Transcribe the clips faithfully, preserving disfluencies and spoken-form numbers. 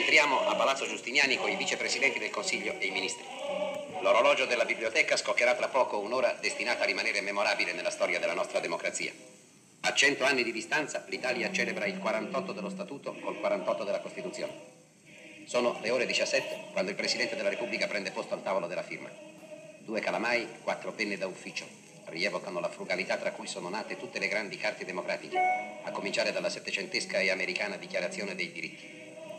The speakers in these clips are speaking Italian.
Entriamo a Palazzo Giustiniani con i vicepresidenti del Consiglio e i ministri. L'orologio della biblioteca scoccherà tra poco un'ora destinata a rimanere memorabile nella storia della nostra democrazia. A cento anni di distanza l'Italia celebra il quarantotto dello Statuto col quarantotto della Costituzione. Sono le ore diciassette quando il Presidente della Repubblica prende posto al tavolo della firma. Due calamai, quattro penne da ufficio, rievocano la frugalità tra cui sono nate tutte le grandi carte democratiche, a cominciare dalla settecentesca e americana Dichiarazione dei diritti.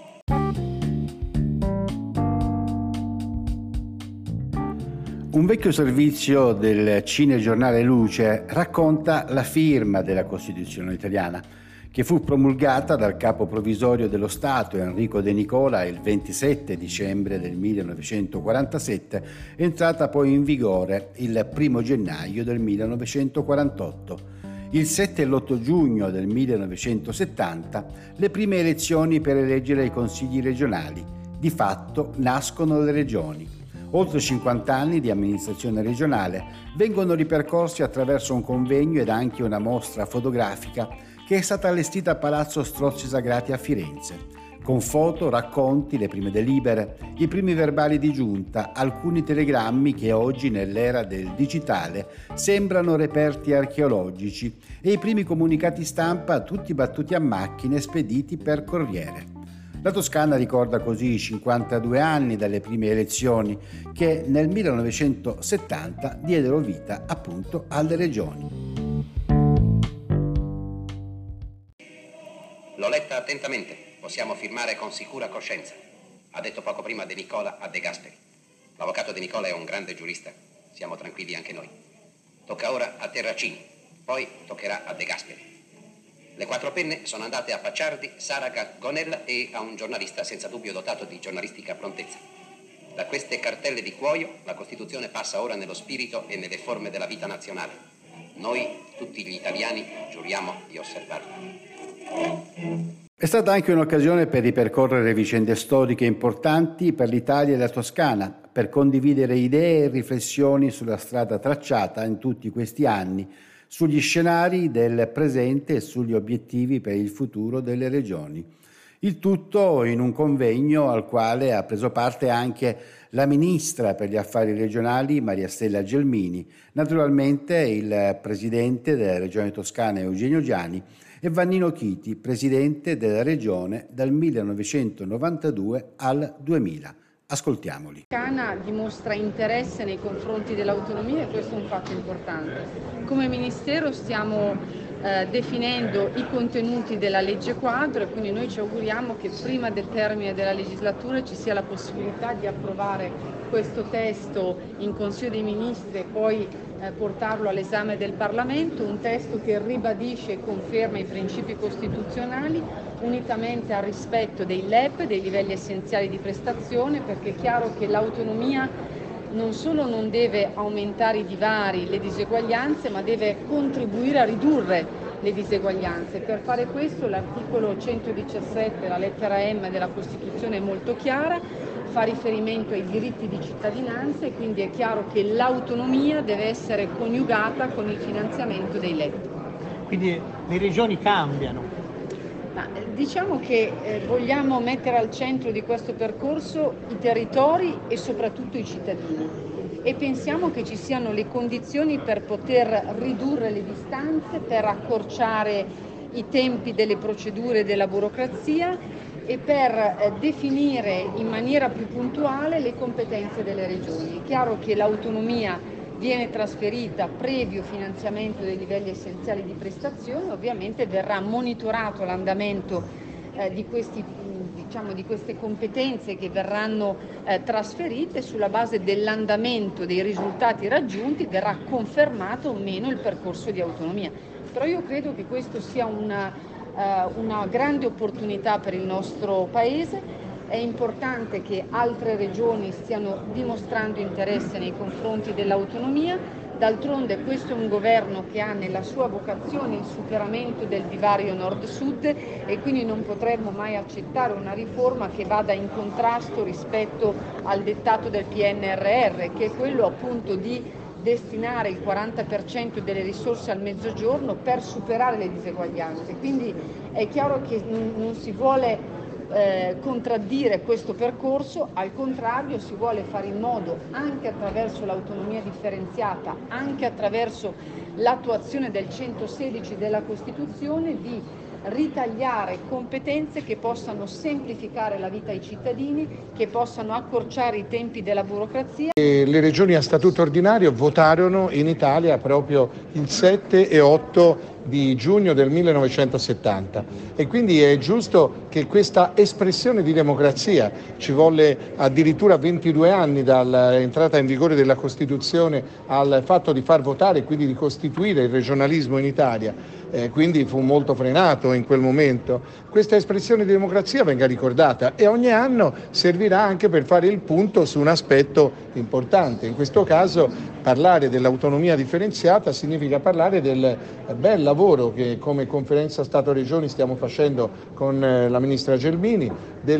Un vecchio servizio del cinegiornale Luce racconta la firma della Costituzione italiana, che fu promulgata dal capo provvisorio dello Stato Enrico De Nicola il ventisette dicembre del millenovecentoquarantasette, entrata poi in vigore il primo gennaio del millenovecentoquarantotto. Il sette e l'otto giugno del millenovecentosettanta le prime elezioni per eleggere i consigli regionali. Di fatto nascono le regioni. Oltre cinquanta anni di amministrazione regionale vengono ripercorsi attraverso un convegno ed anche una mostra fotografica che è stata allestita a Palazzo Strozzi Sagrati a Firenze, con foto, racconti, le prime delibere, i primi verbali di giunta, alcuni telegrammi che oggi nell'era del digitale sembrano reperti archeologici e i primi comunicati stampa tutti battuti a macchine spediti per corriere. La Toscana ricorda così i cinquantadue anni dalle prime elezioni che nel millenovecentosettanta diedero vita appunto alle regioni. L'ho letta attentamente, possiamo firmare con sicura coscienza, ha detto poco prima De Nicola a De Gasperi. L'avvocato De Nicola è un grande giurista, siamo tranquilli anche noi. Tocca ora a Terracini, poi toccherà a De Gasperi. Le quattro penne sono andate a Pacciardi, Saraga, Gonella e a un giornalista senza dubbio dotato di giornalistica prontezza. Da queste cartelle di cuoio la Costituzione passa ora nello spirito e nelle forme della vita nazionale. Noi, tutti gli italiani, giuriamo di osservarla. È stata anche un'occasione per ripercorrere vicende storiche importanti per l'Italia e la Toscana, per condividere idee e riflessioni sulla strada tracciata in tutti questi anni, sugli scenari del presente e sugli obiettivi per il futuro delle regioni. Il tutto in un convegno al quale ha preso parte anche la ministra per gli affari regionali Maria Stella Gelmini, naturalmente il presidente della Regione Toscana Eugenio Giani e Vannino Chiti, presidente della regione dal millenovecentonovantadue al duemila. Ascoltiamoli. Toscana dimostra interesse nei confronti dell'autonomia e questo è un fatto importante. Come Ministero stiamo eh, definendo i contenuti della legge quadro e quindi noi ci auguriamo che prima del termine della legislatura ci sia la possibilità di approvare questo testo in Consiglio dei Ministri e poi eh, portarlo all'esame del Parlamento, un testo che ribadisce e conferma i principi costituzionali unitamente al rispetto dei L E P, dei livelli essenziali di prestazione, perché è chiaro che l'autonomia non solo non deve aumentare i divari, le diseguaglianze, ma deve contribuire a ridurre le diseguaglianze. Per fare questo l'articolo centodiciassette, la lettera M della Costituzione è molto chiara, fa riferimento ai diritti di cittadinanza e quindi è chiaro che l'autonomia deve essere coniugata con il finanziamento dei L E P. Quindi le regioni cambiano. Ma diciamo che eh, vogliamo mettere al centro di questo percorso i territori e soprattutto i cittadini e pensiamo che ci siano le condizioni per poter ridurre le distanze, per accorciare i tempi delle procedure e della burocrazia e per eh, definire in maniera più puntuale le competenze delle regioni. È chiaro che l'autonomia viene trasferita previo finanziamento dei livelli essenziali di prestazione, ovviamente verrà monitorato l'andamento eh, di, questi, diciamo, di queste competenze che verranno eh, trasferite. Sulla base dell'andamento dei risultati raggiunti verrà confermato o meno il percorso di autonomia. Però io credo che questo sia una, eh, una grande opportunità per il nostro Paese. È importante che altre regioni stiano dimostrando interesse nei confronti dell'autonomia, d'altronde questo è un governo che ha nella sua vocazione il superamento del divario nord-sud e quindi non potremmo mai accettare una riforma che vada in contrasto rispetto al dettato del P N R R, che è quello appunto di destinare il quaranta per cento delle risorse al mezzogiorno per superare le diseguaglianze. Quindi è chiaro che non, non si vuole eh, contraddire questo percorso, al contrario si vuole fare in modo, anche attraverso l'autonomia differenziata, anche attraverso l'attuazione del centosedici della Costituzione, di ritagliare competenze che possano semplificare la vita ai cittadini, che possano accorciare i tempi della burocrazia. E le regioni a statuto ordinario votarono in Italia proprio il sette e otto di giugno del millenovecentosettanta e quindi è giusto che questa espressione di democrazia, ci volle addirittura ventidue anni dall'entrata in vigore della Costituzione al fatto di far votare e quindi di costituire il regionalismo in Italia, eh, quindi fu molto frenato in quel momento, questa espressione di democrazia venga ricordata e ogni anno servirà anche per fare il punto su un aspetto importante. In questo caso parlare dell'autonomia differenziata significa parlare del bel lavoro che come Conferenza Stato-Regioni stiamo facendo con la Ministra Gelmini,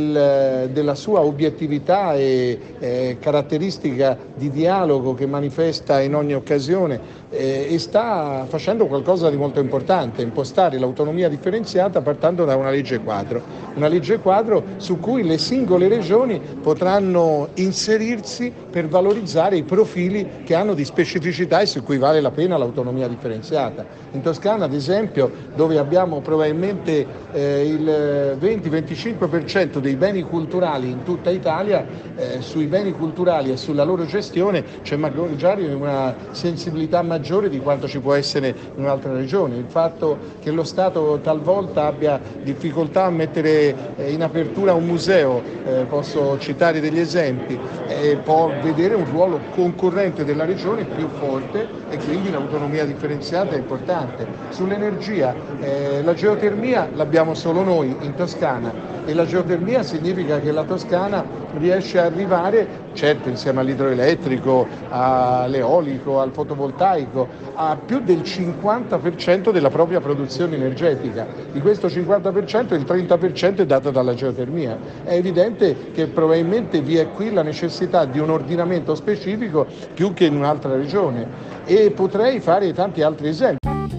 del, della sua obiettività e eh, caratteristica di dialogo che manifesta in ogni occasione eh, e sta facendo qualcosa di molto importante, impostare l'autonomia differenziata partendo da una legge quadro, una legge quadro su cui le singole regioni potranno inserirsi per valorizzare i profili che hanno di specificità e su cui vale la pena l'autonomia differenziata. In Toscana, ad esempio, dove abbiamo probabilmente eh, il venti venticinque per cento dei beni culturali in tutta Italia, eh, sui beni culturali e sulla loro gestione c'è magari una sensibilità maggiore di quanto ci può essere in un'altra regione. Il fatto che lo Stato talvolta abbia difficoltà a mettere eh, in apertura un museo, eh, posso citare degli esempi, eh, può vedere un ruolo concorrente della regione più forte e quindi l'autonomia differenziata è importante. Sull'energia, eh, la geotermia l'abbiamo solo noi in Toscana e la geotermia significa che la Toscana riesce a arrivare, certo insieme all'idroelettrico, all'eolico, al fotovoltaico, a più del cinquanta per cento della propria produzione energetica. Di questo cinquanta per cento il trenta per cento è dato dalla geotermia. È evidente che probabilmente vi è qui la necessità di un ordinamento specifico più che in un'altra regione e potrei fare tanti altri esempi.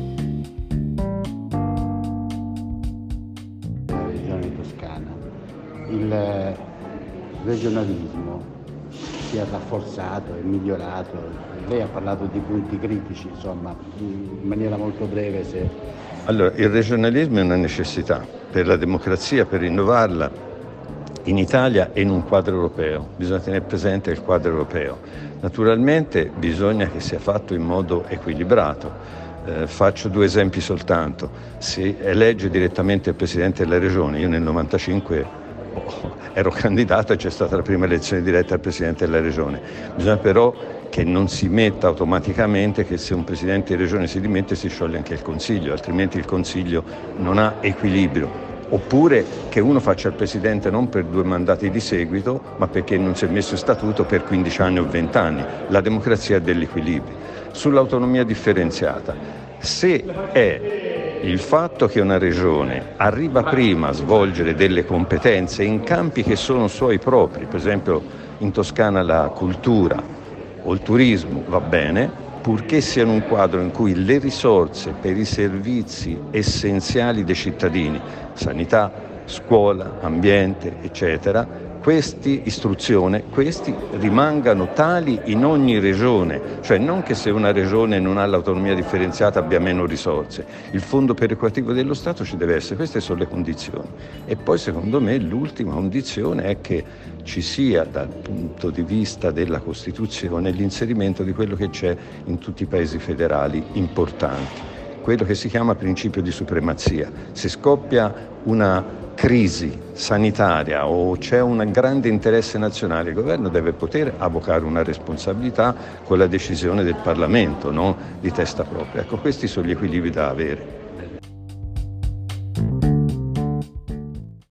La regione toscana, il regionalismo si è rafforzato e migliorato. Lei ha parlato di punti critici, insomma, in maniera molto breve. Se... Allora, il regionalismo è una necessità per la democrazia, per rinnovarla in Italia e in un quadro europeo. Bisogna tenere presente il quadro europeo. Naturalmente bisogna che sia fatto in modo equilibrato. Eh, faccio due esempi soltanto. Si elegge direttamente il Presidente della Regione. Io nel novantacinque oh, ero candidato e c'è stata la prima elezione diretta al Presidente della Regione. Bisogna però che non si metta automaticamente che se un Presidente di Regione si dimette si scioglie anche il Consiglio, altrimenti il Consiglio non ha equilibrio. Oppure che uno faccia il Presidente non per due mandati di seguito, ma perché non si è messo in statuto per quindici anni o venti anni. La democrazia è dell'equilibrio. Sull'autonomia differenziata, se è il fatto che una regione arriva prima a svolgere delle competenze in campi che sono suoi propri, per esempio in Toscana la cultura o il turismo, va bene, purché sia in un quadro in cui le risorse per i servizi essenziali dei cittadini, sanità, scuola, ambiente, eccetera, questi, istruzione, questi rimangano tali in ogni regione, cioè non che se una regione non ha l'autonomia differenziata abbia meno risorse, il fondo perequativo dello Stato ci deve essere, queste sono le condizioni. E poi secondo me l'ultima condizione è che ci sia dal punto di vista della Costituzione l'inserimento di quello che c'è in tutti i paesi federali importanti, quello che si chiama principio di supremazia. Se scoppia una crisi sanitaria o c'è un grande interesse nazionale, il governo deve poter avocare una responsabilità con la decisione del Parlamento, non di testa propria. Ecco, questi sono gli equilibri da avere.